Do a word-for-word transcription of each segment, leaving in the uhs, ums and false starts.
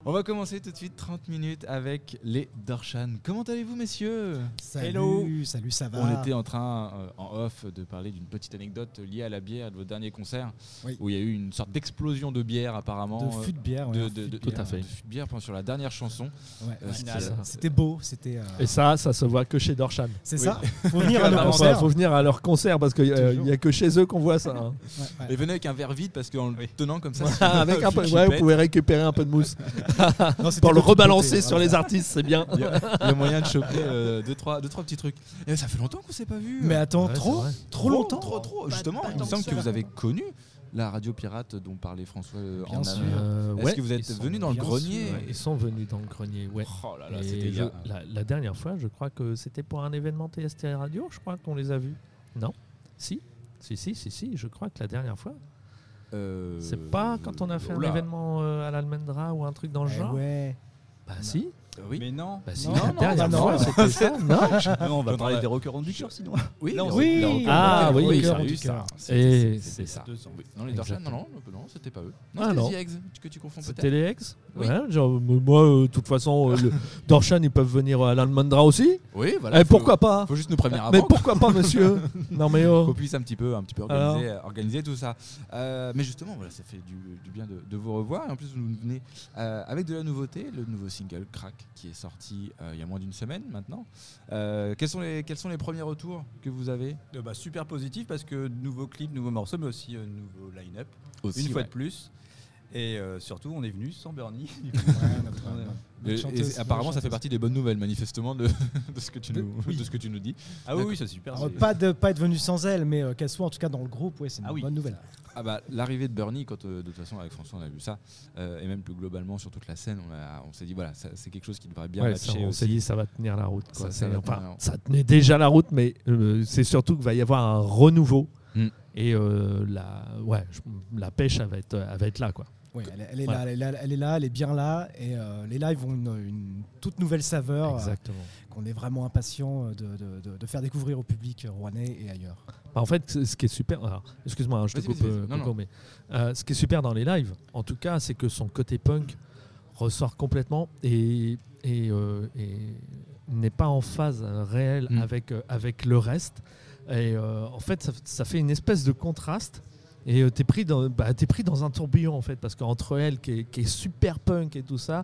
On va commencer tout de suite trente minutes avec les Dorshan. Comment allez-vous, messieurs? Salut, Hello. salut, ça va? On était en train, euh, en off, de parler d'une petite anecdote liée à la bière de votre dernier concert, oui. où il y a eu une sorte d'explosion de bière apparemment. De fût de bière, ouais, de, de, de, de, tout à fait. De fût de bière sur la dernière chanson. Ouais, euh, c'était, c'était beau. C'était, euh... Et ça, ça se voit que chez Dorshan. C'est oui. ça. Faut venir à nos Il concerts. faut venir à leur concert parce qu'il euh, n'y a que chez eux qu'on voit ça. Hein. Ouais, ouais. Et venez avec un verre vide parce qu'en le tenant comme ça, avec un peu, ouais, vous pouvez récupérer un peu de mousse non, pour le rebalancer sur les artistes, c'est bien. Il y, a, il y a moyen de choper euh, deux, trois, deux, trois petits trucs. Et ça fait longtemps qu'on s'est pas vu. Mais attends, ouais, trop, trop, trop longtemps. Trop, trop. Pas, Justement, pas il me semble que que vous avez connu la radio pirate dont parlait François bien en sûr. Euh, Est-ce ouais, que vous êtes venus dans le grenier? Ouais, ils sont venus dans le grenier, ouais. Oh là là, Et c'était je, bien. la, la dernière fois, je crois que c'était pour un événement T S T Radio, je crois qu'on les a vus. Non? Si Si, si, si, si, je crois que la dernière fois. Euh... C'est pas quand on a fait Oula. un événement euh, à l'Almendra ou un truc dans le Eh genre? ouais. Bah si. Oui. Mais non. Bah si, Non, la non, dernière bah fois, non. c'était ça. Non. Non, on va Quand parler on a- des rockers en cœur sinon. Oui, Là, on- Oui. les rockers Ah, rockers, oui, ça rockers a eu en ça. tout C'était- Et c'était c'est ça. ça. Oui. Non, les Dorshan, non, Exactement. non, non, c'était pas eux. Non, Ah, c'était non. The Eggs que tu confonds C'était peut-être. les ex. Oui. Ouais, genre, mais moi, euh, de toute façon, euh, le Dorshan, ils peuvent venir à l'Almendra aussi. Oui, voilà. Eh, faut- pourquoi pas? Faut juste nous prévenir avant. Mais pourquoi pas, monsieur? Non, mais Qu'on oh. puisse un petit peu, un petit peu organiser, organiser tout ça. Euh, mais justement, voilà, ça fait du, du bien de, de vous revoir. Et en plus, vous nous venez euh, avec de la nouveauté, le nouveau single Crack qui est sorti euh, il y a moins d'une semaine maintenant. Euh, quels sont les quels sont les premiers retours que vous avez? Euh, bah, super positif parce que nouveau clip, nouveau morceau, mais aussi euh, nouveau line-up. Aussi, Une fois ouais. de plus. Et euh, surtout, on est venu sans Bernie. Ouais, notre- On est- notre Et- et chanteuse, apparemment, notre ça fait chanteuse. partie des bonnes nouvelles, manifestement, de, de ce que tu De- nous oui. de ce que tu nous dis. Ah oui, oui, c'est super. Alors, c'est- pas de pas être venue sans elle, mais euh, qu'elle soit en tout cas dans le groupe, ouais, c'est une Ah oui. bonne nouvelle. Ah bah, l'arrivée de Bernie, quand euh, de toute façon avec François on a vu ça, euh, et même plus globalement sur toute la scène, on, a, on s'est dit voilà, ça, c'est quelque chose qui devrait bien Ouais, ça, matcher on aussi. s'est dit ça va tenir la route. Ça, Quoi. ça C'est- va enfin, tenir la route. ça tenait déjà la route, mais euh, c'est surtout qu'il va y avoir un renouveau. Mm. Et euh, la, ouais, je- la pêche, elle va être, elle va être là. Quoi. Ouais, elle, elle est Ouais. là, elle est là, elle est là, elle est bien là, et euh, les lives ont une, une toute nouvelle saveur euh, Exactement. qu'on est vraiment impatient de, de, de, de faire découvrir au public rouennais et ailleurs. Bah, en fait, ce ce qui est super, alors, excuse-moi, hein, je te Vas-y, coupe, vas-y, euh, vas-y. Non, Coco, non. mais euh, ce qui est super dans les lives, en tout cas, c'est que son côté punk ressort complètement et, et, euh, et n'est pas en phase euh, réelle Mm. avec, euh, avec le reste. Et euh, en fait, ça, ça fait une espèce de contraste. Et euh, t'es pris dans, bah, t'es pris dans un tourbillon en fait, parce qu'entre elle qui est, qui est super punk et tout ça,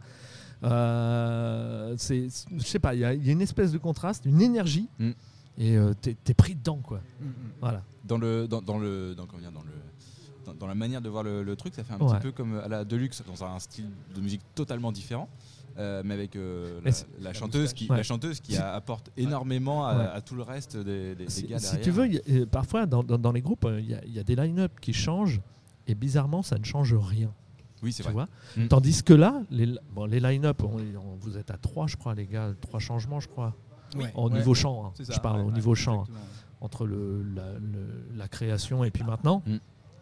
euh, c'est, je sais pas, il y, a- il y a une espèce de contraste, une énergie, Mm. et euh, t'es, t'es pris dedans quoi. Voilà. Dans le dans, dans le dans, comment dire, dans le dans, dans la manière de voir le, le truc, ça fait un Ouais. petit peu comme à la Deluxe dans un style de musique totalement différent. euh, mais avec euh, Mais la, c'est- la la chanteuse qui Ouais. la chanteuse qui Si- a- apporte énormément à, Ouais. à tout le reste des, des, des Si, gars si derrière. tu veux, il y a- euh, parfois dans, dans- dans les groupes, euh, il y, a- il y a des line-up qui changent et bizarrement ça ne change rien. Oui, c'est Tu vrai. vois Mm. Tandis que là, les, bon, les line-up, on- on- vous êtes à trois, je crois, les gars, trois changements, je crois, Ouais. au Ouais. niveau chant. hein. C'est ça, Je parle ouais, au ouais, niveau chant, hein, exactement. entre le, la, le- la création et puis maintenant. Mm.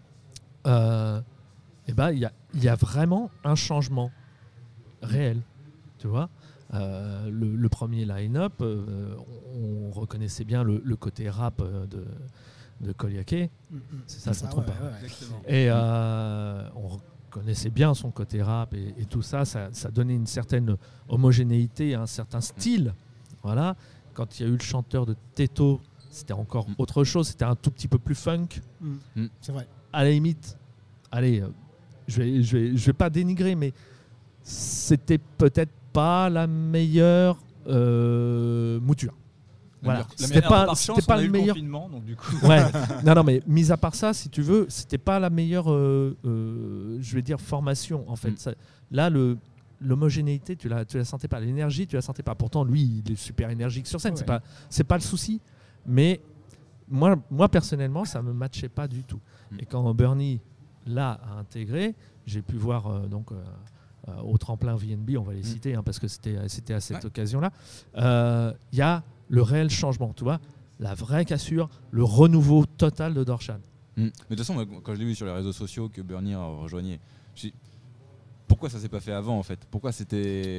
Euh, et ben, il y a, il y a vraiment un changement réel, tu vois. Euh, le, le premier line-up, euh, on, on reconnaissait bien le, le côté rap euh, de, de Koliaké. Mm, mm. C'est ça, je me trompe ouais, pas. ouais, ouais. Exactement. Et euh, on reconnaissait bien son côté rap et, et tout ça, ça. Ça donnait une certaine homogénéité, un certain style. Voilà. Quand il y a eu le chanteur de Teto, c'était encore Mm. autre chose. C'était un tout petit peu plus funk. Mm. Mm. C'est vrai. À la limite, allez, euh, je vais, je vais, je vais pas dénigrer, mais c'était peut-être pas la meilleure euh, mouture. Voilà. meilleure- la C'était Mais alors, pas, par c'était chance, pas on a le eu meilleur. confinement, donc du coup. Ouais. Non, non, mais mis à part ça, si tu veux, c'était pas la meilleure, euh, euh, je vais dire, formation en fait. Mm. Ça- là, le l'homogénéité, tu la, tu la sentais pas. L'énergie, tu la sentais pas. Pourtant, lui, il est super énergique sur scène. Ouais. C'est pas, c'est pas le souci. Mais moi, moi personnellement, ça me matchait pas du tout. Mm. Et quand Bernie l'a intégré, j'ai pu voir euh, donc. euh, euh, au tremplin V N B, on va les Mm. citer, hein, parce que c'était, c'était à cette Ouais. occasion-là, il y a le réel changement, tu vois, la vraie cassure, le renouveau total de Dorshan. Mm. Mais de toute façon, moi, quand je l'ai vu sur les réseaux sociaux que Bernie a rejoigné, je me suis dit, pourquoi ça s'est pas fait avant en fait? Pourquoi c'était Bah,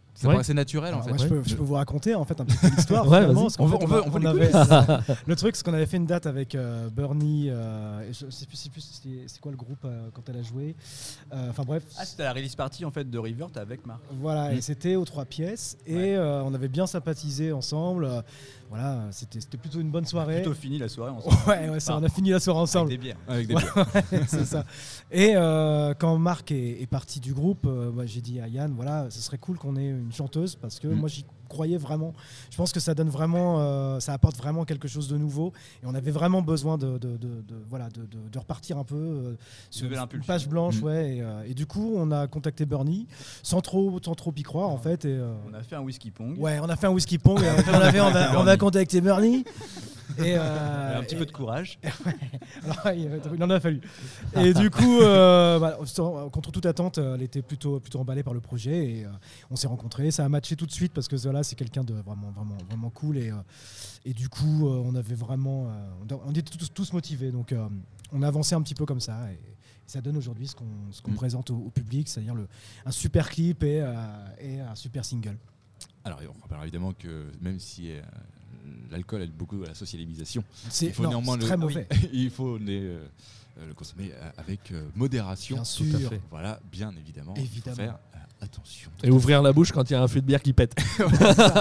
Ça Ouais. paraissait naturel en Alors, fait. moi, je, ouais. peux, je peux vous raconter en fait un petit peu l'histoire. Ouais, finalement, vas-y. parce qu'en On veut- fait, on veut- a- on veut avait- l'écouter. le truc, c'est qu'on avait fait une date avec euh, Bernie. Euh, et je sais plus, je sais plus c'était- c'est quoi le groupe euh, quand elle a joué. Euh, Enfin bref. Ah, c'était la release party en fait de Revert avec Marc. Voilà, Mm. et c'était aux trois pièces. Et Ouais. euh, on avait bien sympathisé ensemble. Euh, voilà, c'était c'était plutôt une bonne soirée. Plutôt fini la soirée ensemble. Ouais, ouais, ça, on a fini la soirée Avec ensemble. des bières. Avec des Ouais. bières. C'est ça. Et euh, quand Marc est, est parti du groupe, euh, moi, j'ai dit à Yann, voilà, ce serait cool qu'on ait une chanteuse parce que Mm. moi j'y croyais vraiment. Je pense que ça donne vraiment, euh, ça apporte vraiment quelque chose de nouveau. Et on avait vraiment besoin de, de, de- de- voilà, de, de- de repartir un peu euh, sur nouvelle une impulsion. page blanche, Mm. ouais. Et, euh, et du coup, on a contacté Bernie sans trop, sans trop y croire en fait. Et, euh, On a fait un whisky pong. ouais, on a fait un whisky pong. Et on avait, on va, on va contacter Bernie. Et, euh, Un petit et- peu de courage. alors, il il en a fallu. Et du coup, euh, bah, contre toute attente, elle était plutôt, plutôt emballée par le projet et euh, on s'est rencontrés. Ça a matché tout de suite parce que Zola, c'est quelqu'un de vraiment, vraiment, vraiment cool. Et, euh, et du coup, euh, on avait vraiment. Euh, on était tous, tous motivés. Donc, euh, on a avancé un petit peu comme ça. Et, ça donne aujourd'hui ce qu'on ce qu'on Mm. présente au, au public, c'est-à-dire le- un super clip et, euh, et un super single. Alors, on rappellera évidemment que même si euh, l'alcool aide beaucoup à la socialisation, C'est il faut non, néanmoins c'est le, très mauvais. il faut les, euh, le consommer euh, avec euh, modération. Bien Tout à sûr. fait. Voilà, bien évidemment. Il faut Évidemment. faire euh, attention. Et ouvrir la bouche quand il y a un fût de bière qui pète. pour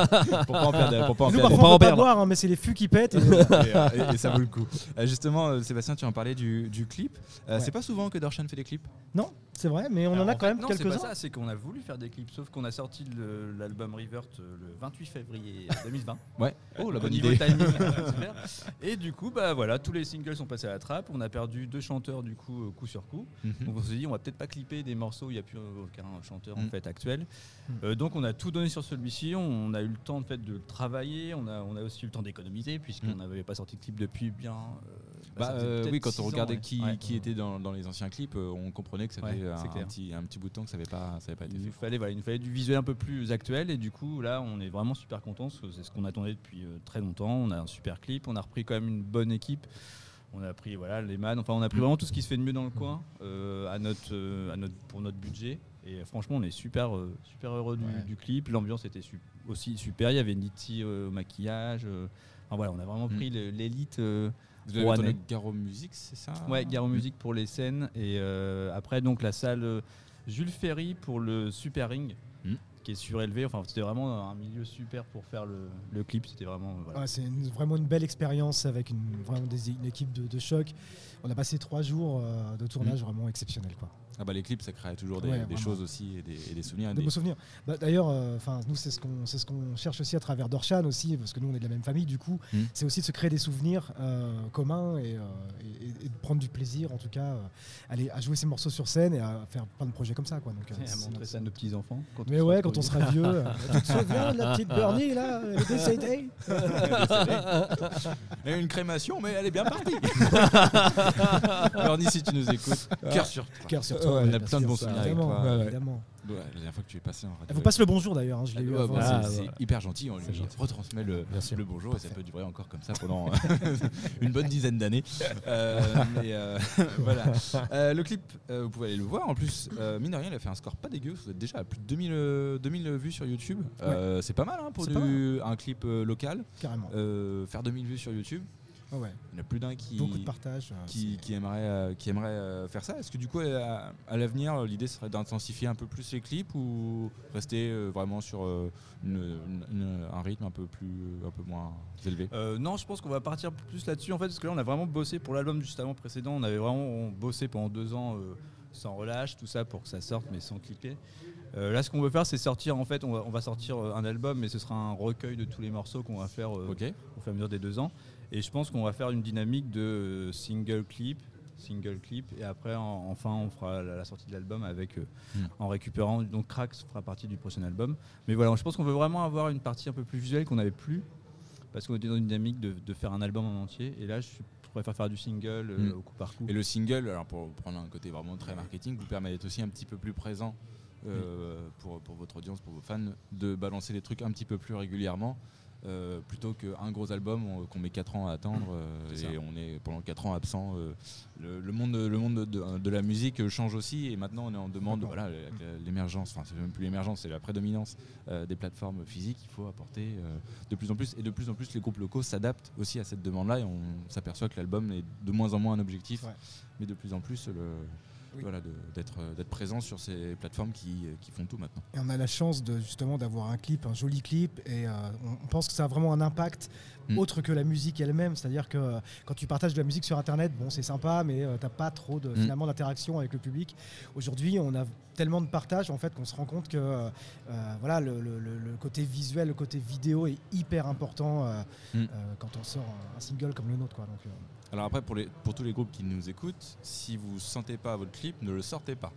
pas en perdre. Pour pas en Nous, perdre. parfois, pas on en ne peut pas perdre. boire, hein, mais c'est les fûts qui pètent. Et, et, euh, et- et ça vaut le coup. Euh, justement, euh, Sébastien, tu en parlais du, du clip. Euh, Ouais. C'est pas souvent que Dorshan fait des clips. non, c'est vrai, mais on Alors, en a en quand fait, même non, c'est pas quelques-uns. ça, c'est qu'on a voulu faire des clips, sauf qu'on a sorti le- l'album Revert euh, le vingt-huit février deux mille vingt. Ouais. Oh, la Au bonne niveau idée. timing, super. Et du coup, bah voilà, tous les singles sont passés à la trappe. On a perdu deux chanteurs du coup, euh, coup sur coup. Mhm. Donc on s'est dit, on va peut-être pas clipper des morceaux où il n'y a plus aucun chanteur en Mm. fait actuel. Mm. Euh, donc on a tout donné sur celui-ci. On a eu le temps en fait de le travailler. On a, on a aussi eu le temps d'économiser puisqu'on Mm. n'avait pas sorti de clip depuis bien. euh, Bah, ça faisait euh, peut-être oui, quand six on ans, regardait ouais. qui, Ouais. qui était dans, dans les anciens clips, euh, on comprenait que ça Ouais, fait un, c'est clair. un petit, un petit bout de temps que ça n'avait pas, ça avait pas été Il fait. nous fallait, voilà, il nous fallait du visuel un peu plus actuel et du coup là on est vraiment super content parce que c'est ce qu'on attendait depuis euh, très longtemps. On a un super clip, on a repris quand même une bonne équipe. On a pris voilà les man, enfin on a pris vraiment tout ce qui se fait de mieux dans le coin euh, à notre, euh, à notre, pour notre budget. Et euh, franchement on est super, euh, super heureux du, Ouais. du clip. L'ambiance était su- aussi super. Il y avait Nitty euh, au maquillage. euh. Enfin voilà, on a vraiment Mm. pris le- l'élite. euh, Vous avez Rouennais. tourné Garo Music, c'est ça Ouais, Garo Music pour les scènes et euh, après donc la salle euh, Jules Ferry pour le Super Ring Mm. qui est surélevé. Enfin, c'était vraiment un milieu super pour faire le, le clip. C'était vraiment euh, voilà. Ouais, c'est une- vraiment une belle expérience avec une, vraiment des- une équipe de, de choc. On a passé trois jours euh, de tournage vraiment exceptionnels. Quoi. Ah bah les clips, ça crée toujours des, Ouais, des vraiment. choses aussi et des, et des souvenirs. et De des- beaux souvenirs. Bah, D'ailleurs, euh, enfin, nous, c'est ce qu'on c'est ce qu'on cherche aussi à travers Dorshan aussi, parce que nous, on est de la même famille. Du coup, Mm. c'est aussi de se créer des souvenirs euh, communs et, euh, et- et de prendre du plaisir, en tout cas, euh, aller à jouer ces morceaux sur scène et à faire plein de projets comme ça. Quoi. Donc, euh, Et à c'est- montrer ça à nos petits enfants. Mais ouais, quand on sera vieux, euh, tu te souviens de la petite Bernie là, elle est décédée. Il y a eu une crémation, mais elle est bien partie. Bernie, si tu nous écoutes, cœur sur toi. Cœur sur Ouais, toi. on a bien plein de sûr, bons ça, souvenirs avec évidemment, toi. Ouais, ouais. évidemment. Ouais, la dernière fois que tu es passé en radio. Elle vous passe le bonjour d'ailleurs, hein, je l'ai eu Ouais, avant. bah, Ah, c'est voilà. c'est hyper gentil, on lui C'est gentil. retransmet le, Bien sûr. le bonjour et ça peut durer encore comme ça pendant une bonne dizaine d'années. Euh, mais euh, voilà. Euh, le clip, euh, vous pouvez aller le voir. En plus, euh, mine de rien, il a fait un score pas dégueu. Vous êtes déjà à plus de deux mille, euh, deux mille vues sur YouTube. Euh, C'est pas mal hein, pour C'est du- un clip euh, local. Carrément. Euh, faire deux mille vues sur YouTube, Ouais, ouais. il y en a plus d'un qui, Beaucoup de partage. euh, qui, c'est- qui aimerait, euh, qui aimerait euh, faire ça. Est-ce que du coup, à, à l'avenir, l'idée serait d'intensifier un peu plus les clips ou rester euh, vraiment sur euh, une- une- une- un rythme un peu, plus, un peu moins élevé? Euh, non, je pense qu'on va partir plus là-dessus en fait, parce que là on a vraiment bossé pour l'album juste avant précédent. On avait vraiment bossé pendant deux ans euh, sans relâche, tout ça pour que ça sorte, mais sans clipper. Euh, là, ce qu'on veut faire, c'est sortir en fait. On va, on va sortir euh, un album, mais ce sera un recueil de tous les morceaux qu'on va faire euh, Ok. au fur et à mesure des deux ans. Et je pense qu'on va faire une dynamique de euh, single clip, single clip, et après en- enfin on fera la, la sortie de l'album avec euh, Mm. en récupérant. Donc Cracks fera partie du prochain album. Mais voilà, je pense qu'on veut vraiment avoir une partie un peu plus visuelle qu'on n'avait plus, parce qu'on était dans une dynamique de, de faire un album en entier. Et là, je, suis- je préfère faire du single euh, Mm. au coup par coup. Et le single, alors pour prendre un côté vraiment très marketing, vous permet d'être aussi un petit peu plus présent euh, oui. pour, pour votre audience, pour vos fans, de balancer des trucs un petit peu plus régulièrement. Euh, plutôt qu'un gros album on, qu'on met quatre ans à attendre euh, et on est pendant quatre ans absent. Euh, le, le monde, le monde de, de, de la musique change aussi et maintenant on est en demande, voilà, avec l'émergence, enfin c'est même plus l'émergence, c'est la prédominance euh, des plateformes physiques. Il faut apporter euh, de plus en plus et de plus en plus les groupes locaux s'adaptent aussi à cette demande-là et on s'aperçoit que l'album est de moins en moins un objectif, ouais. mais de plus en plus le Oui. Voilà, de, d'être, d'être présent sur ces plateformes qui, qui font tout maintenant. Et on a la chance de, justement d'avoir un clip, un joli clip, et euh, on pense que ça a vraiment un impact mmh. autre que la musique elle-même. C'est-à-dire que euh, quand tu partages de la musique sur Internet, bon, c'est sympa, mais euh, t'as pas trop de, mmh. finalement d'interaction avec le public. Aujourd'hui, on a tellement de partage en fait qu'on se rend compte que euh, voilà, le, le, le côté visuel, le côté vidéo est hyper important euh, mmh. euh, quand on sort un, un single comme le nôtre, quoi. Donc, euh, Alors après, pour, les, pour tous les groupes qui nous écoutent, si vous ne sentez pas votre clip, ne le sortez pas.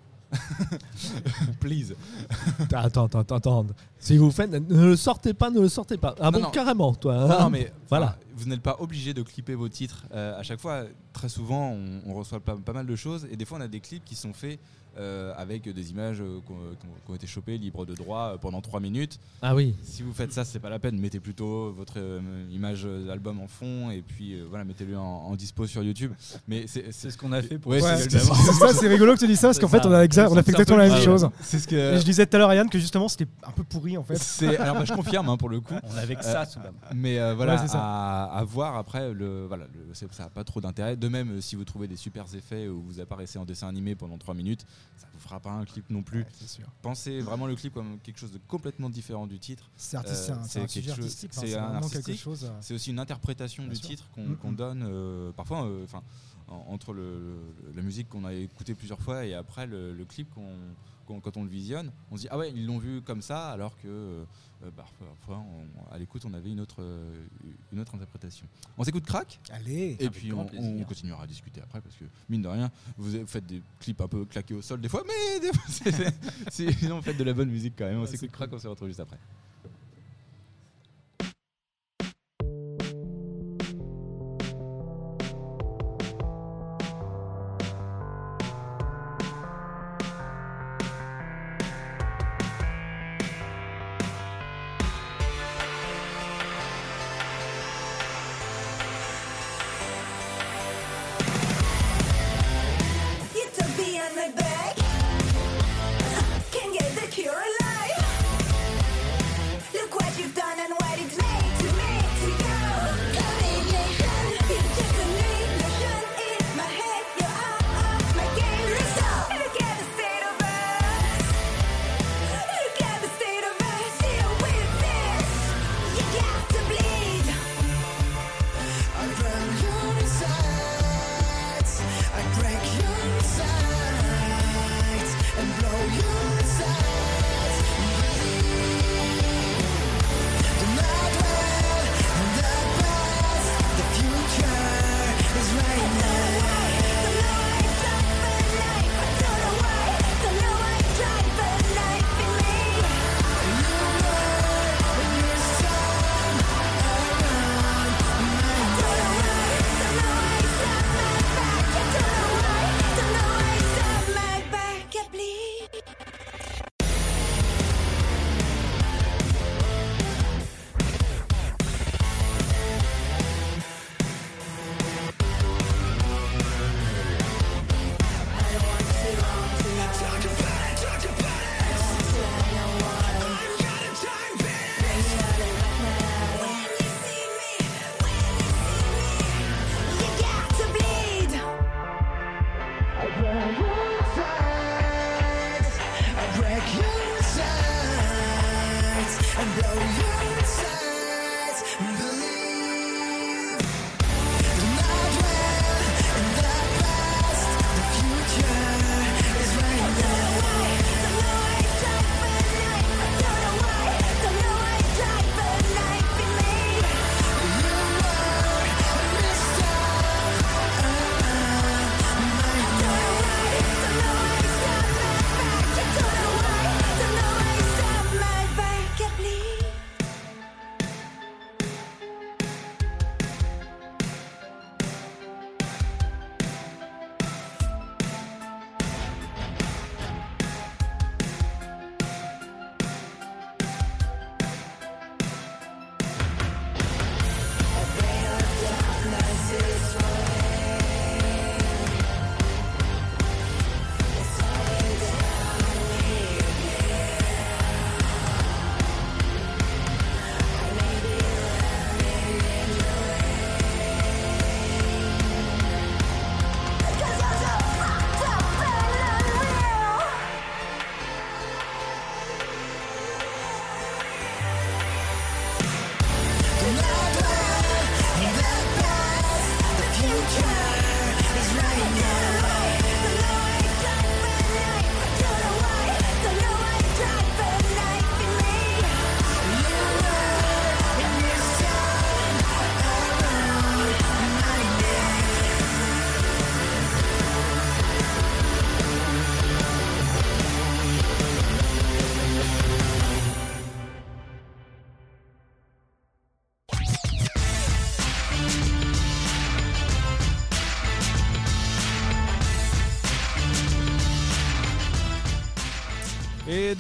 Please. Attends, attends, attends. Si vous faites, ne le sortez pas, ne le sortez pas. Ah non, bon, non. Carrément, toi. Hein. Non, non, mais voilà. Enfin, vous n'êtes pas obligé de clipper vos titres euh, à chaque fois. Très souvent, on, on reçoit pas, pas mal de choses et des fois, on a des clips qui sont faits euh, avec des images euh, qui, ont, qui ont été chopées libres de droit euh, pendant trois minutes. Ah oui. Si vous faites ça, c'est pas la peine. Mettez plutôt votre euh, image d'album en fond et puis euh, voilà, mettez-le en, en dispo sur YouTube. Mais c'est, c'est, c'est ce qu'on a fait pour. Ouais, ouais, c'est, c'est, ça, c'est rigolo que tu dis ça parce qu'en fait, on a, exa- on a fait exactement la même ah, chose. Ouais. C'est ce que. Et je disais tout à l'heure, Yann, que justement, c'était un peu pourri en fait. C'est, alors bah, je confirme hein, pour le coup. On avait que ça sous la main. Mais euh, voilà, ouais, à, à voir après. Le, voilà, le, ça n'a pas trop d'intérêt. De même, si vous trouvez des super effets où vous apparaissez en dessin animé pendant trois minutes, ça vous fera pas un clip non plus. Ouais, c'est sûr. Pensez vraiment le clip comme quelque chose de complètement différent du titre. C'est artistique, euh, c'est, c'est un sujet artistique. C'est, c'est, un artistique. Chose, euh... c'est aussi une interprétation Bien du sûr. titre qu'on, mm-hmm. qu'on donne. Euh, parfois, enfin, euh, entre le, le, la musique qu'on a écoutée plusieurs fois et après le, le clip qu'on Quand, quand on le visionne, on se dit ah ouais ils l'ont vu comme ça alors que euh, bah, parfois on, à l'écoute on avait une autre euh, une autre interprétation. On s'écoute Crack. Allez. Et puis on, on continuera à discuter après parce que mine de rien vous faites des clips un peu claqués au sol des fois mais des fois, c'est, c'est, c'est, sinon vous faites de la bonne musique quand même. On ouais, s'écoute Crack, cool. On se retrouve juste après.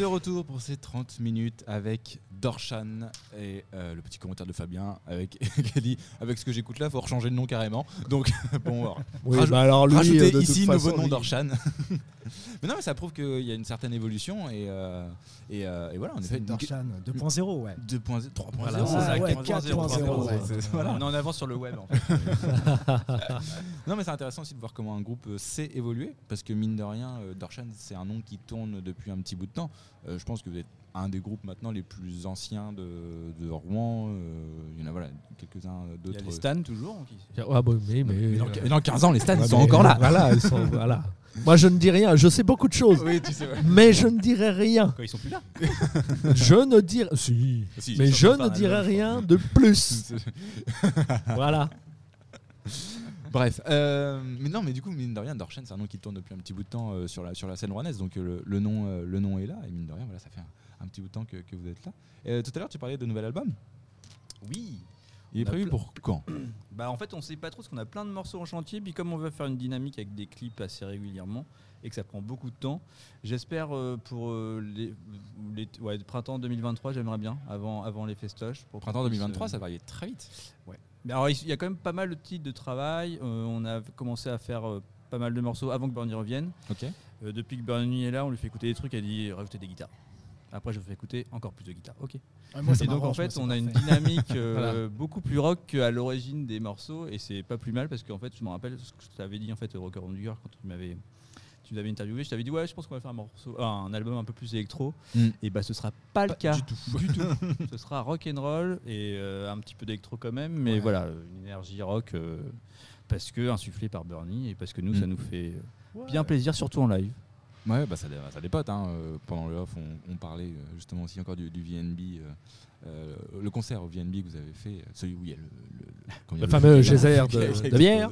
de retour pour ces trente minutes avec Dorshan et euh, le petit commentaire de Fabien avec qui a dit avec ce que j'écoute là, il faut rechanger de nom carrément. Donc bon, alors, Oui, raj- bah alors lui, rajoutez euh, de ici toute nouveau façon, nom lui- Dorshan. Mais non, mais ça prouve qu'il y a une certaine évolution et euh, et, euh, et voilà, en effet. C'est Dorshan deux point zéro, ouais. deux point zéro, trois point Voilà, zéro, c'est ça, ouais, quatre point zéro, quatre point zéro, ouais. c'est- voilà. On est en avance sur le web en fait. Non, mais c'est intéressant aussi de voir comment un groupe euh, sait évoluer parce que mine de rien, euh, Dorshan c'est un nom qui tourne depuis un petit bout de temps. Euh, je pense que vous êtes un des groupes maintenant les plus anciens de, de Rouen. Euh, il y en a voilà, quelques-uns Il y d'autres. a les stands toujours. qui- Ah bah oui, mais, Et dans, euh, et dans quinze ans, les stades ouais, ils sont mais- encore là. Voilà, ils sont, voilà. Moi, je ne dis rien. Je sais beaucoup de choses, Oui, tu sais. Ouais. mais je ne dirai rien. Quand ils sont plus là. Je ne dirai, si, Si, mais ils je sont ne pas un dirai album, rien de plus. Voilà. Bref, euh, mais non, mais du coup, mine de rien, Dorshan, c'est un nom qui tourne depuis un petit bout de temps euh, sur la sur la scène rouennaise, donc euh, le, le nom euh, le nom est là et mine de rien, voilà, ça fait un, un petit bout de temps que, que vous êtes là. Euh, tout à l'heure, tu parlais de nouvel album. Oui. Il est On a prévu ple- pour quand? Bah en fait on sait pas trop parce qu'on a plein de morceaux en chantier, puis comme on veut faire une dynamique avec des clips assez régulièrement et que ça prend beaucoup de temps, j'espère euh, pour euh, les, les ouais, printemps deux mille vingt-trois, j'aimerais bien avant avant les festoches. Pour Printemps qu'on deux puisse, mille vingt-trois, euh, ça va aller très vite. Mais alors il y a quand même pas mal de titres de travail. Euh, on a commencé à faire euh, pas mal de morceaux avant que Bernie revienne. Ok. Euh, depuis que Bernie est là, on lui fait écouter des trucs, elle dit rajoutez des guitares. Après je vous fais écouter encore plus de guitares. Ok. Moi, ça Et donc en m'arrange, fait moi, on a c'est une parfait. dynamique euh, Voilà. beaucoup plus rock qu'à l'origine des morceaux et c'est pas plus mal parce qu'en fait je me rappelle ce que je t'avais dit en fait au Rocker on Dure quand tu m'avais tu m'avais interviewé, je t'avais dit ouais je pense qu'on va faire un morceau, ah, un album un peu plus électro Mm. et bah ce sera pas, le cas du tout. du tout. Ce sera rock and roll et euh, un petit peu d'électro quand même mais Ouais. voilà une énergie rock euh, parce que insufflée par Bernie et parce que nous Mm. ça nous fait euh, bien plaisir surtout en live. Ouais, bah ça, dé- ça dépote. Hein. Euh, pendant le off, on, on parlait euh, justement aussi encore du, du V N B, euh, euh, le concert au V N B que vous avez fait, euh, celui où il y a le, le, le, comment Le dire, fameux le- geyser qui a- de- qui a de explosé. bière.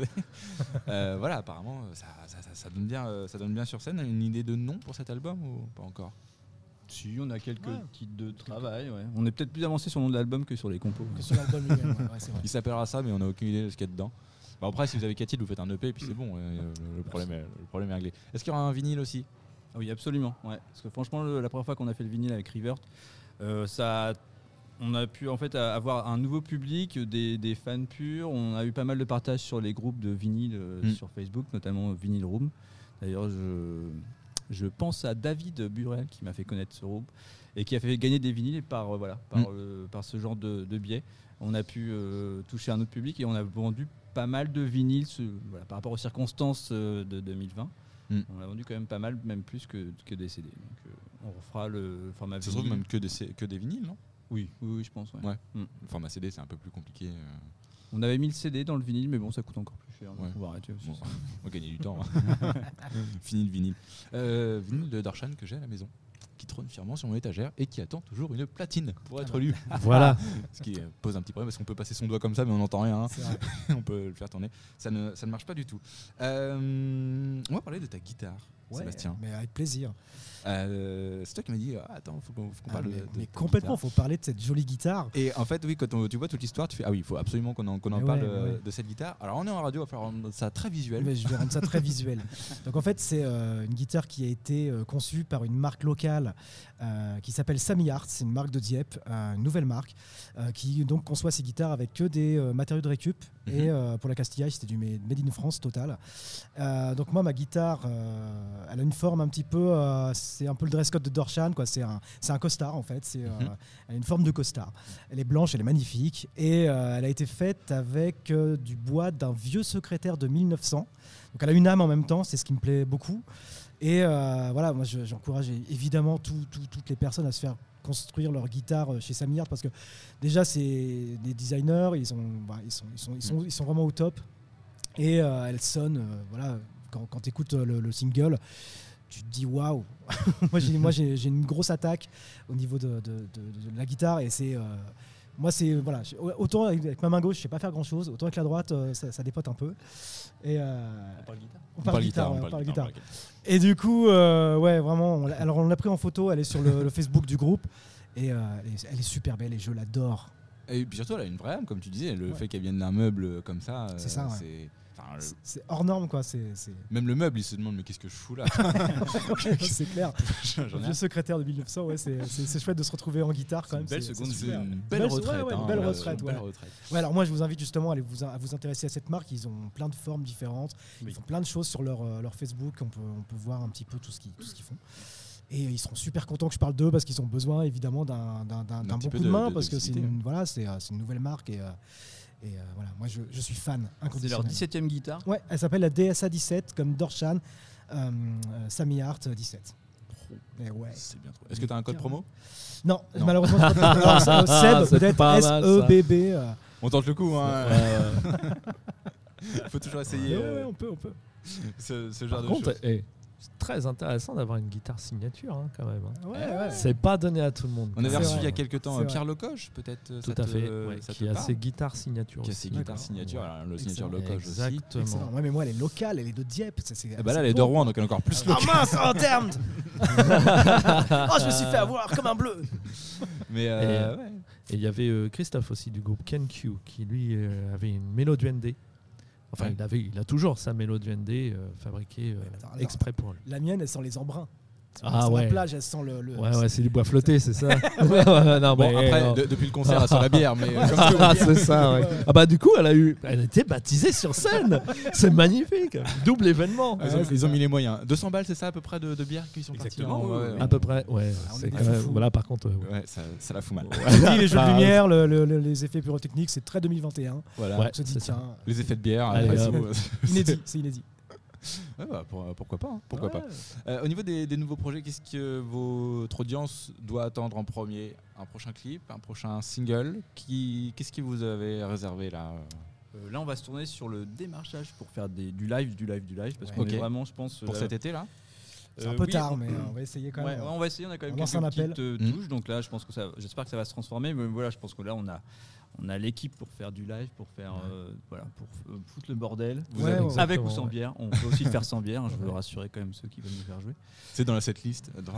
Euh, voilà, apparemment, ça, ça, ça, ça donne bien, euh, ça donne bien sur scène. Une idée de nom pour cet album ou pas encore? Si on a quelques Ouais. titres de travail, ouais. On est peut-être plus avancé sur le nom de l'album que sur les compos. Que sur l'album lui-même, ouais, ouais, c'est vrai. Il s'appellera ça, mais on n'a aucune idée de ce qu'il y a dedans. Bah après, si vous avez quatre titres, vous faites un E P et puis c'est bon. euh, le, le problème est, le problème est réglé. Est-ce qu'il y aura un vinyle aussi? Ah oui, absolument. Ouais. Parce que franchement, le- la première fois qu'on a fait le vinyle avec Rivert, euh, ça, on a pu en fait a- avoir un nouveau public, des, des fans purs. On a eu pas mal de partages sur les groupes de vinyle euh, Mm. sur Facebook, notamment Vinyl Room. D'ailleurs, je, je pense à David Burel qui m'a fait connaître ce groupe et qui a fait gagner des vinyles par, euh, voilà, par, Mm. euh, par ce genre de, de biais. On a pu euh, toucher un autre public et on a vendu pas mal de vinyles ce- voilà, par rapport aux circonstances euh, de deux mille vingt. Mm. On a vendu quand même pas mal, même plus que, que des C D. Donc euh, on refera le format Ça se vinyle. trouve même que des, C- que des vinyles, non? Oui, oui, oui, je pense. ouais. Ouais. Mm. Le format C D, c'est un peu plus compliqué. euh, On avait mis le C D dans le vinyle, mais bon, ça coûte encore plus cher. Donc Ouais. on va arrêter aussi. Bon, on va gagner du temps. hein. Fini le vinyle. Euh, vinyle de Dorshan que j'ai à la maison, qui trône fièrement sur mon étagère et qui attend toujours une platine pour être lu. Voilà. Ce qui euh, pose un petit problème parce qu'on peut passer son doigt comme ça, mais on n'entend rien. hein. C'est vrai. On peut le faire tourner. Ça ne, ça ne marche pas du tout. Euh, on va parler de ta guitare, Ouais, Sébastien. mais avec plaisir. Euh, c'est toi qui m'as dit ah, attends, faut qu'on, faut qu'on Ah, parle mais de, de mais ta complètement, guitare. faut parler de cette jolie guitare. Et en fait, oui, quand on- tu vois toute l'histoire, tu fais ah oui, il faut absolument qu'on en, qu'on en Mais parle ouais, euh, ouais. de cette guitare. Alors on est en radio, il va falloir rendre ça très visuel. Mais je vais rendre ça très visuel. Donc en fait, c'est euh, une guitare qui a été euh, conçue par une marque locale euh, qui s'appelle Sammy Art. C'est une marque de Dieppe, euh, une nouvelle marque euh, qui donc conçoit ses guitares avec que des euh, matériaux de récup. Mhm. Et euh, pour la Castillage, c'était du Made Made in France total. Euh, donc moi, ma guitare, euh, elle a une forme un petit peu, euh, c'est un peu le dress code de Dorshan, quoi. C'est un, c'est un costard en fait. C'est, euh, Mhm. elle a une forme de costard. Elle est blanche, elle est magnifique et euh, elle a été faite avec euh, du bois d'un vieux secrétaire de mille neuf cents. Donc elle a une âme en même temps, c'est ce qui me plaît beaucoup. Et euh, voilà, moi je- j'encourage évidemment tout- tout- toutes les personnes à se faire construire leur guitare chez Sammy Art parce que déjà c'est des designers, ils, ont, bah, ils, sont, ils, sont, ils, sont, ils sont vraiment au top. Et euh, elle sonne, euh, voilà, quand, quand tu écoutes le, le single, tu te dis waouh. Moi j'ai moi, j'ai- j'ai une grosse attaque au niveau de, de- de- de la guitare et c'est. euh, moi, c'est. Voilà, j'ai- autant avec, avec ma main gauche, je sais pas faire grand chose, autant avec la droite, euh, ça, ça dépote un peu. Et, euh, On parle guitare. on parle guitare, ouais, on on parle parle guitare, guitare. on parle Et du coup, euh, ouais, vraiment, on l'a- alors on l'a pris en photo, elle est sur le, le Facebook du groupe et euh, elle, est, elle est super belle et je l'adore. Et puis surtout, elle a une vraie âme, comme tu disais. Le Ouais. fait qu'elle vienne d'un meuble comme ça, C'est ça, ouais. c'est- Enfin, C'est- C'est hors norme, quoi. C'est, c'est... même le meuble, il se demande mais qu'est-ce que je fous là. c'est clair. J'en ai Le rien. vieux secrétaire de mille neuf cents, ouais, c'est, c'est, c'est chouette de se retrouver en guitare quand C'est même. une belle c'est, seconde- c'est C'est super. une Belle- belle ouais, retraite. ouais, une hein, belle voilà, retraite, une ouais. belle retraite. Ouais, alors moi je vous invite justement à, aller vous, à vous intéresser à cette marque. Ils ont plein de formes différentes. Oui. Ils font plein de choses sur leur, euh, leur Facebook. On peut, on peut voir un petit peu tout ce qu'ils, tout ce qu'ils font. Et ils seront super contents que je parle d'eux parce qu'ils ont besoin évidemment d'un, d'un, d'un, d'un petit bon peu coup de de- main de- parce que c'est d'activité. une, voilà, c'est, euh, c'est une nouvelle marque. Et, euh, et euh, voilà, moi je, je suis fan C'est inconditionnel. leur dix-septième guitare. Ouais, elle s'appelle la D S A dix-sept comme Dorshan, euh, euh, Sammy Hart dix-sept. Et ouais. C'est bien trop. Est-ce que tu as un code promo? Non, Non. malheureusement, c'est pas alors, euh, Seb, C'est peut-être pas S mal, E ça. B B. euh, On tente le coup. Hein. Ouais, ouais. Il faut toujours ouais, essayer ouais, euh, on peut, on peut. ce, ce genre Par de contre, choses. eh, c'est très intéressant d'avoir une guitare signature hein, quand même. hein. Ouais, ouais. C'est pas donné à tout le monde. On avait C'est reçu vrai. il y a quelques temps C'est euh, Pierre vrai. Lecoche, peut-être. euh, Tout ça à te- fait, ouais, ça qui te a parle ses guitares signatures. Qui a ses aussi. guitares D'accord. signature. Ouais. Alors, le signature Excellent. Lecoche aussi. Exactement. Excellent. Ouais, mais moi, elle est locale, elle est de Dieppe. C'est, c'est, Et bah là, c'est elle est beau, de Rouen, quoi. donc elle est encore plus Ah locale. mince, en terme Oh, je me suis fait avoir comme un bleu. Mais euh, ouais. Et il y avait euh, Christophe aussi du groupe Ken Q qui lui euh, avait une Mélo Duende. Enfin, Ouais. il, avait, il a toujours sa Mélo Duende euh, fabriquée euh, Attends, attends. exprès pour lui. La mienne, elle sent les embruns. Ah Sur ouais. la plage, elle sent le. le Ouais, ouais, c'est du bois flotté, c'est ça. Ouais, ouais, non, Bon, mais, après, non. de- depuis le concert, elle sent la bière, mais euh, comme tout. Ah, c'est ça, ouais. Ouais, ouais. Ah bah du coup, elle a eu, elle a été baptisée sur scène. C'est magnifique, double événement. Ils ont, ils ont mis les moyens. deux cents balles, c'est ça à peu près de, de bière qu'ils sont Exactement, partis en- ouais, ouais, ouais. À peu près, ouais. on est C'est des quand même- foufous. voilà, par contre, euh, ouais. Ouais, ça, ça la fout mal. Je vous dis, les jeux de Bah, lumière, le- le- le- les effets pyrotechniques, c'est très deux mille vingt et un. Voilà. Ouais. On se dit, c'est ça. tiens, Les effets de bière, Allez, après, hop. c'est- inédit, c'est inédit. Ouais, bah, pour- pourquoi pas hein, pourquoi Ouais. pas. Euh, au niveau des, des nouveaux projets, qu'est-ce que votre audience doit attendre en premier? Un prochain clip, un prochain single qui, Qu'est-ce que vous avez réservé là? Euh, là, on va se tourner sur le démarchage pour faire des, du live, du live, du live. Parce Ouais. qu'on Ok. est vraiment, je pense. Pour là- cet été là? C'est un Euh, peu oui, tard, on- mais euh, on va essayer quand Ouais, même. ouais, on va essayer, on a quand même On lance quelques un appel. petites euh, Mm. touches, donc là je pense que ça, j'espère que ça va se transformer, mais voilà, je pense que là on a, on a l'équipe pour faire du live, pour faire, euh, voilà, pour euh, foutre le bordel. Vous Ouais, avez- ouais, Avec ou Exactement, sans ouais. bière, on peut aussi le faire sans bière, hein, je veux le rassurer quand même ceux qui veulent nous faire jouer. C'est dans la setlist. Dans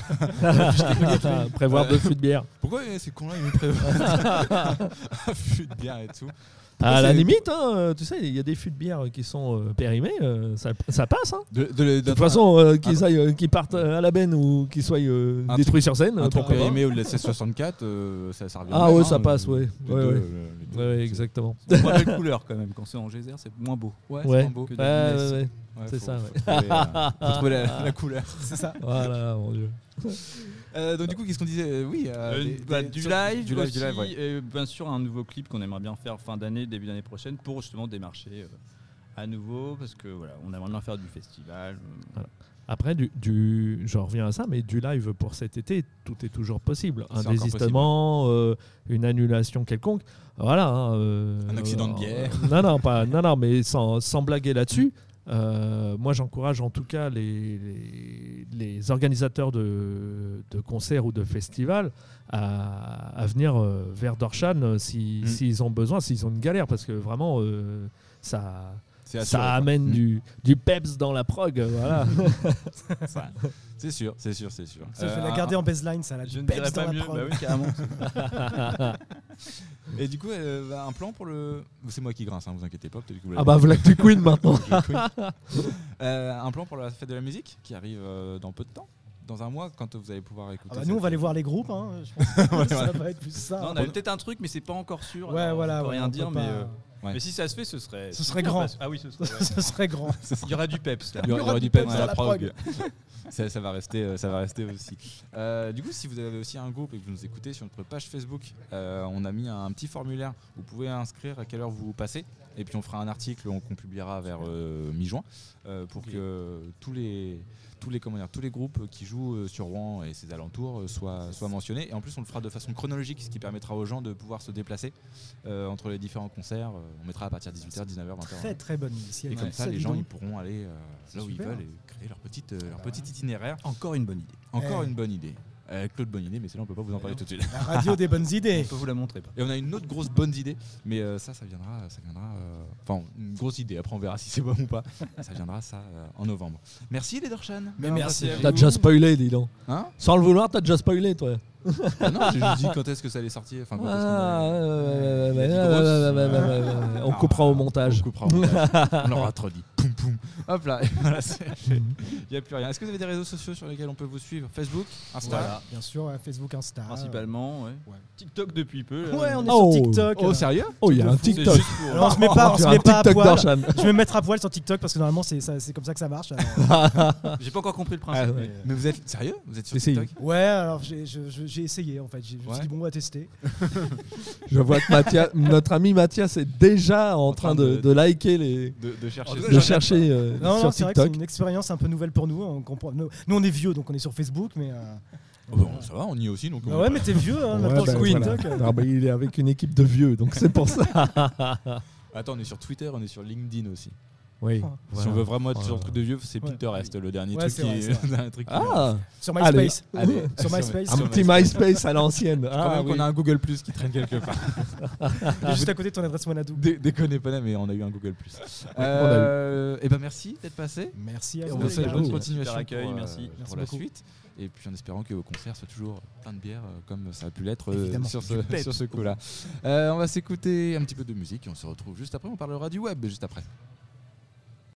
la... Prévoir deux fûts de bière. Pourquoi euh, ces cons-là ils nous prévoient un fût de bière et tout? À la c'est- limite, hein, euh, tu sais, il y a des fûts de bière qui sont euh, périmés, euh, ça, ça passe. Hein. De, de, De toute façon, euh, qu'ils aillent, euh, qu'ils partent à la benne ou qu'ils soient euh, Un détruits sur scène, un euh, truc pourquoi pas. périmé ou de la C soixante-quatre, euh, ça, ça revient. Ah au même, ouais, hein, ça passe, le- ouais. les Ouais, deux, ouais. le- les deux, Ouais, ouais, c'est- exactement. C'est moins belle couleur quand même, quand c'est en geyser, c'est moins beau. Ouais, Ouais, c'est pas beau. que ouais, de ouais, Guinness. ouais. Ouais, c'est faut- ça, faut ouais. trouver, euh, faut trouver la, la couleur. C'est ça. Voilà, mon Dieu. Euh, donc du coup, qu'est-ce qu'on disait? Euh, Oui, euh, Euh, des- bah, des- du, sur- live, du live, aussi, du live, ouais. et bien sûr un nouveau clip qu'on aimerait bien faire fin d'année, début d'année prochaine, pour justement démarcher euh, à nouveau, parce que voilà, on aimerait bien faire du festival. euh, Après, du, du, j'en reviens à ça, mais du live pour cet été, tout est toujours possible. C'est Un encore désistement, euh, une annulation quelconque, voilà. hein, euh, Un accident de euh, bière. non, non, pas, non, non, mais sans, sans blaguer là-dessus. euh, moi, j'encourage en tout cas les, les, les organisateurs de, de concerts ou de festivals à, à venir euh, vers Dorshan euh, si- Mm. s'ils ont besoin, s'ils ont une galère, parce que vraiment, euh, ça. C'est assuré, Ça quoi. amène Mm. du, du peps dans la prog, voilà. Ça, c'est sûr, c'est sûr, c'est sûr. Ça, je vais Euh, la garder en baseline, ça. Là, Je du ne peps dirais dans pas la mieux, prog. bah oui, carrément. Et du coup, euh, un plan pour le. C'est moi qui grince, hein, vous inquiétez pas. peut-être que vous Ah l'avez bah voilà que tu queen maintenant. Euh, un plan pour la fête de la musique qui arrive euh, dans peu de temps, dans un mois, quand vous allez pouvoir écouter. Ah bah, cette- nous, on va aller voir les groupes. Hein. Je pense que ça va être plus ça. Non, on avait peut-être un truc, mais c'est pas encore sûr. Ouais, alors voilà. on peut ouais, rien on dire, peut mais, pas- euh, Ouais. mais si ça se fait, ce serait. Ce serait grand. Ah oui, ce serait. ouais. Ce serait grand. Il y aura du peps là. Il y aura, il y aura du peps dans la prog. prog. ça, ça va rester, euh, ça va rester aussi. Euh, du coup, si vous avez aussi un groupe et que vous nous écoutez sur notre page Facebook, euh, on a mis un petit formulaire. Vous pouvez inscrire à quelle heure vous passez, et puis on fera un article qu'on publiera vers euh, mi-juin euh, pour que tous les tous les comment dire, tous les groupes qui jouent euh, sur Rouen et ses alentours euh, soient soient mentionnés. Et en plus, on le fera de façon chronologique, ce qui permettra aux gens de pouvoir se déplacer euh, entre les différents concerts. Euh, on mettra à partir de dix-huit heures, dix-neuf heures, vingt heures. Très très bonne initiative. Et comme ça, Ça, les dis gens donc. ils pourront aller euh, C'est là où super. ils veulent et créer leur, petite, euh, leur petit itinéraire. Encore une bonne idée. Encore Eh. une bonne idée. Euh, Claude bonne idée, mais celle-là on peut pas vous en parler tout de suite. La radio des bonnes On idées. peut vous la montrer. Pas. Et on a une autre grosse bonne idée, mais euh, ça, ça viendra, ça viendra. euh, Enfin, une grosse idée. Après, on verra si c'est bon ou pas. Ça viendra ça euh, en novembre. Merci Ledershan. Mais merci à T'as vous. déjà spoilé, dis donc. Hein Sans le vouloir, t'as déjà spoilé, toi. Ah non, j'ai juste dit quand est-ce que ça allait sortir. Enfin, quand est-ce qu'on Ah, allait- ouais, ouais, ouais, Il a dit ouais, grosse. ouais, ouais, ouais, ouais, ouais. On Ah, coupera au montage. On coupera au montage. On l'aura trop dit. Poum, poum. Hop là. Voilà, c'est fait. Il n'y a plus rien. Est-ce que vous avez des réseaux sociaux sur lesquels on peut vous suivre? Facebook, Insta. Voilà. Bien sûr, ouais, Facebook, Insta. Principalement, ouais. Ouais. TikTok depuis peu. là. Ouais, on est Oh. sur TikTok. Oh, euh, sérieux? Oh, il y a un fou. C'est TikTok. juste pour- Alors, on se met pas, on se J'ai met un pas à TikTok poil. d'Arshan. Je vais me mettre à poil sur TikTok parce que normalement c'est ça- c'est comme ça que ça marche. alors. J'ai pas encore compris le Ah, principe. ouais. mais- Mais vous êtes sérieux? Vous êtes sur Essaye. TikTok? Ouais, alors j'ai je- je- j'ai essayé en fait. J'ai- Je me Ouais. suis dit bon, on va tester. Je vois que Mathias, notre ami Mathias est déjà en, En train train de, de- de liker les. De, de chercher. En tout cas, de j'arrête chercher euh, Non, sur non, c'est vrai que c'est TikTok. une expérience un peu nouvelle pour nous. On comprend. Nous, nous, on est vieux, donc on est sur Facebook, mais. euh, Oh, bon, ça va, on y est aussi. Donc bah on- ouais, mais t'es vieux, hein, Ouais, maintenant bah, sur voilà. TikTok. euh. Non, bah, il est avec une équipe de vieux, donc c'est pour ça. Attends, on est sur Twitter, on est sur LinkedIn aussi. Oui. Si on veut vraiment être sur Voilà. un truc de vieux, c'est Ouais. Pinterest, le dernier Ouais, truc c'est qui vrai, c'est vrai. un truc qui- Ah, Sur Allez. MySpace. Allez. Sur MySpace. un Sur petit MySpace à l'ancienne. Quand Ah, même oui. qu'on a un Google Plus qui traîne quelque part. Juste à côté de ton adresse Wanadoo. Dé- Déconnez pas là, mais on a eu un Google Plus. on a Euh, et ben merci d'être passé. Merci à Et vous. on vous les souhaite gars. bonne vous. continuation Super accueil, pour, euh, merci. pour Merci la beaucoup. suite. Et puis en espérant que vos concerts soient toujours plein de bière euh, comme ça a pu l'être euh, Évidemment. sur ce, Du pep. sur ce coup-là. Euh, on va s'écouter un petit peu de musique et on se retrouve juste après. On parlera du web juste après.